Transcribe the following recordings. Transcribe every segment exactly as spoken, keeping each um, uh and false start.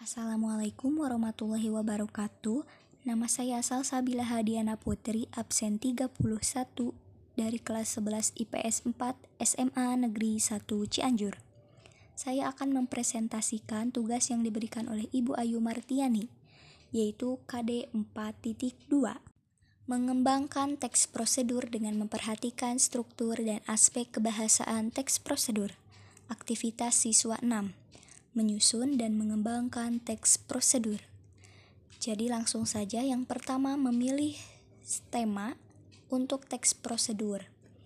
Assalamualaikum warahmatullahi wabarakatuh. Nama saya Salsabila Hadiana Putri, absen tiga puluh satu dari kelas sebelas I P S empat S M A Negeri satu Cianjur. Saya akan mempresentasikan tugas yang diberikan oleh Ibu Ayu Martiani, yaitu K D empat titik dua. Mengembangkan teks prosedur dengan memperhatikan struktur dan aspek kebahasaan teks prosedur. Aktivitas siswa enam. Menyusun dan mengembangkan teks prosedur. Jadi langsung saja, yang pertama memilih tema untuk teks prosedur.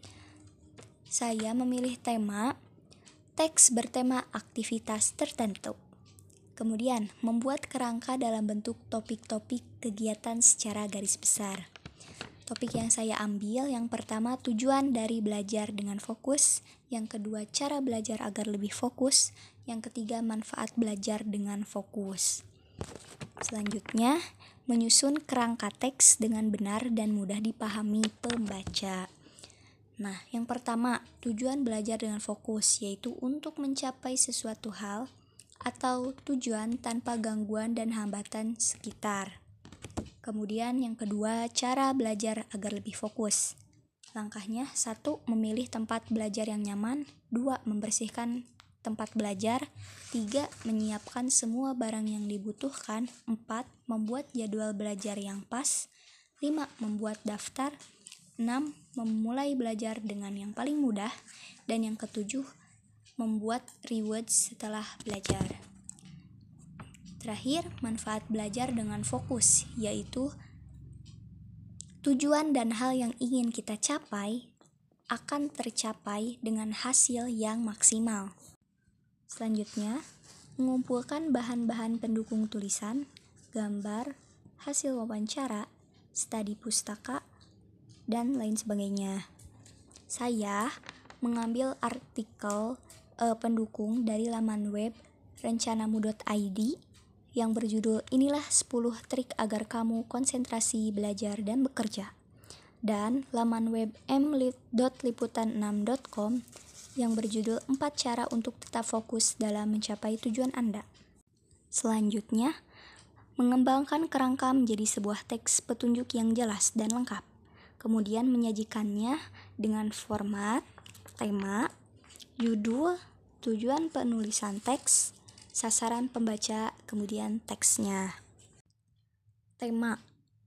Saya memilih tema teks bertema aktivitas tertentu. Kemudian membuat kerangka dalam bentuk topik-topik kegiatan secara garis besar. Topik yang saya ambil, yang pertama tujuan dari belajar dengan fokus, yang kedua cara belajar agar lebih fokus, yang ketiga manfaat belajar dengan fokus. Selanjutnya, menyusun kerangka teks dengan benar dan mudah dipahami pembaca. Nah, yang pertama, tujuan belajar dengan fokus, yaitu untuk mencapai sesuatu hal atau tujuan tanpa gangguan dan hambatan sekitar. Kemudian yang kedua, cara belajar agar lebih fokus. Langkahnya, satu, memilih tempat belajar yang nyaman, dua, membersihkan tempat belajar, tiga, menyiapkan semua barang yang dibutuhkan, empat, membuat jadwal belajar yang pas, lima, membuat daftar, enam, memulai belajar dengan yang paling mudah, dan yang ketujuh, membuat reward setelah belajar. Terakhir, manfaat belajar dengan fokus, yaitu tujuan dan hal yang ingin kita capai akan tercapai dengan hasil yang maksimal. Selanjutnya, mengumpulkan bahan-bahan pendukung tulisan, gambar, hasil wawancara, studi pustaka, dan lain sebagainya. Saya mengambil artikel eh, pendukung dari laman web rencanamu dot i d yang berjudul Inilah sepuluh Trik Agar Kamu Konsentrasi Belajar dan Bekerja, dan laman web m lit dot liputan enam dot com yang berjudul empat Cara untuk Tetap Fokus dalam Mencapai Tujuan Anda. Selanjutnya, mengembangkan kerangka menjadi sebuah teks petunjuk yang jelas dan lengkap. Kemudian menyajikannya dengan format, tema, judul, tujuan penulisan teks, sasaran pembaca, kemudian teksnya. Tema.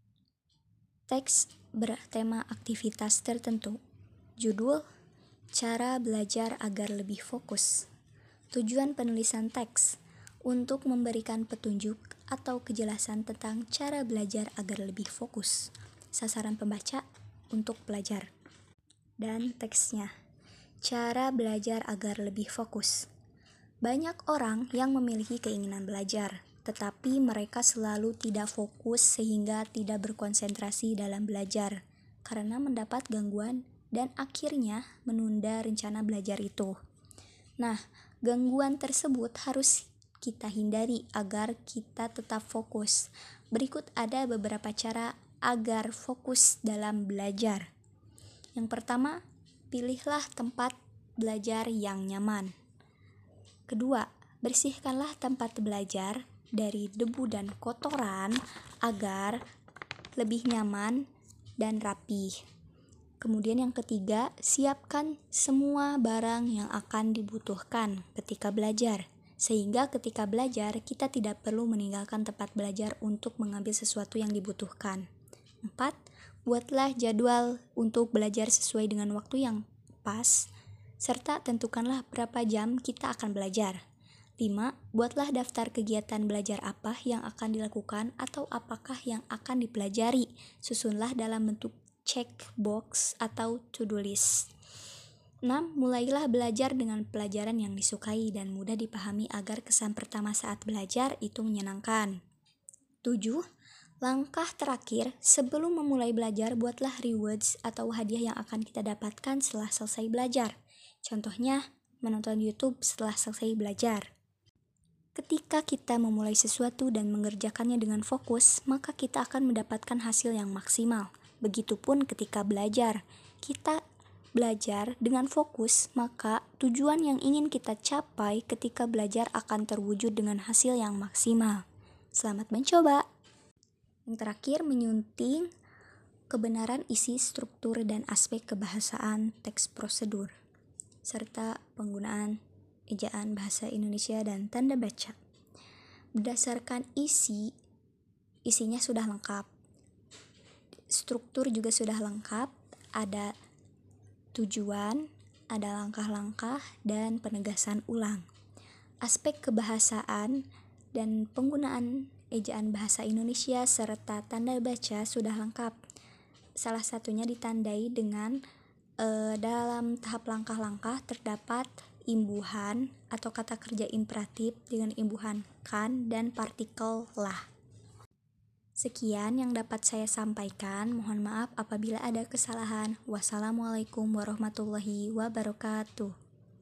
Teks bertema aktivitas tertentu. Judul, cara belajar agar lebih fokus. Tujuan penulisan teks, untuk memberikan petunjuk atau kejelasan tentang cara belajar agar lebih fokus. Sasaran pembaca, untuk pelajar. Dan teksnya, cara belajar agar lebih fokus. Banyak orang yang memiliki keinginan belajar, tetapi mereka selalu tidak fokus sehingga tidak berkonsentrasi dalam belajar karena mendapat gangguan dan akhirnya menunda rencana belajar itu. Nah, gangguan tersebut harus kita hindari agar kita tetap fokus. Berikut ada beberapa cara agar fokus dalam belajar. Yang pertama, pilihlah tempat belajar yang nyaman. Kedua, bersihkanlah tempat belajar dari debu dan kotoran agar lebih nyaman dan rapi. Kemudian yang ketiga, siapkan semua barang yang akan dibutuhkan ketika belajar, sehingga ketika belajar kita tidak perlu meninggalkan tempat belajar untuk mengambil sesuatu yang dibutuhkan. Empat, buatlah jadwal untuk belajar sesuai dengan waktu yang pas, serta tentukanlah berapa jam kita akan belajar. lima. Buatlah daftar kegiatan belajar apa yang akan dilakukan atau apakah yang akan dipelajari. Susunlah dalam bentuk checkbox atau to-do list. enam. Mulailah belajar dengan pelajaran yang disukai dan mudah dipahami agar kesan pertama saat belajar itu menyenangkan. tujuh. Langkah terakhir, sebelum memulai belajar, buatlah rewards atau hadiah yang akan kita dapatkan setelah selesai belajar. Contohnya, menonton YouTube setelah selesai belajar. Ketika kita memulai sesuatu dan mengerjakannya dengan fokus, maka kita akan mendapatkan hasil yang maksimal. Begitupun ketika belajar, kita belajar dengan fokus, maka tujuan yang ingin kita capai ketika belajar akan terwujud dengan hasil yang maksimal. Selamat mencoba! Yang terakhir, menyunting kebenaran isi, struktur, dan aspek kebahasaan teks prosedur, serta penggunaan ejaan bahasa Indonesia dan tanda baca. Berdasarkan isi, isinya sudah lengkap. Struktur juga sudah lengkap, ada tujuan, ada langkah-langkah, dan penegasan ulang. Aspek kebahasaan dan penggunaan ejaan bahasa Indonesia serta tanda baca sudah lengkap. Salah satunya ditandai dengan e, dalam tahap langkah-langkah terdapat imbuhan atau kata kerja imperatif dengan imbuhan kan dan partikel lah. Sekian yang dapat saya sampaikan. Mohon maaf apabila ada kesalahan. Wassalamualaikum warahmatullahi wabarakatuh.